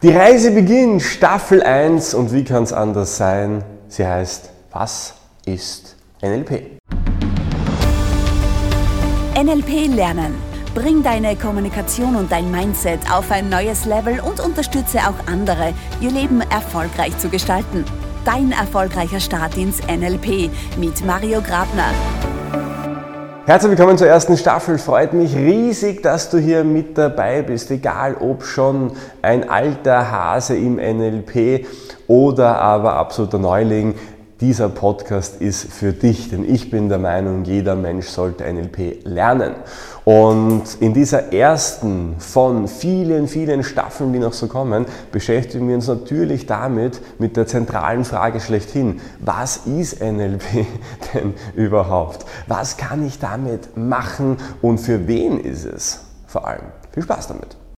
Die Reise beginnt, Staffel 1 und wie kann es anders sein? Sie heißt, was ist NLP? NLP lernen. Bring deine Kommunikation und dein Mindset auf ein neues Level und unterstütze auch andere, ihr Leben erfolgreich zu gestalten. Dein erfolgreicher Start ins NLP mit Mario Grabner. Herzlich willkommen zur ersten Staffel. Freut mich riesig, dass du hier mit dabei bist. Egal ob schon ein alter Hase im NLP oder aber absoluter Neuling. Dieser Podcast ist für dich, denn ich bin der Meinung, jeder Mensch sollte NLP lernen. Und in dieser ersten von vielen Staffeln, die noch so kommen, beschäftigen wir uns natürlich damit, mit der zentralen Frage schlechthin. Was ist NLP denn überhaupt? Was kann ich damit machen und für wen ist es vor allem? Viel Spaß damit!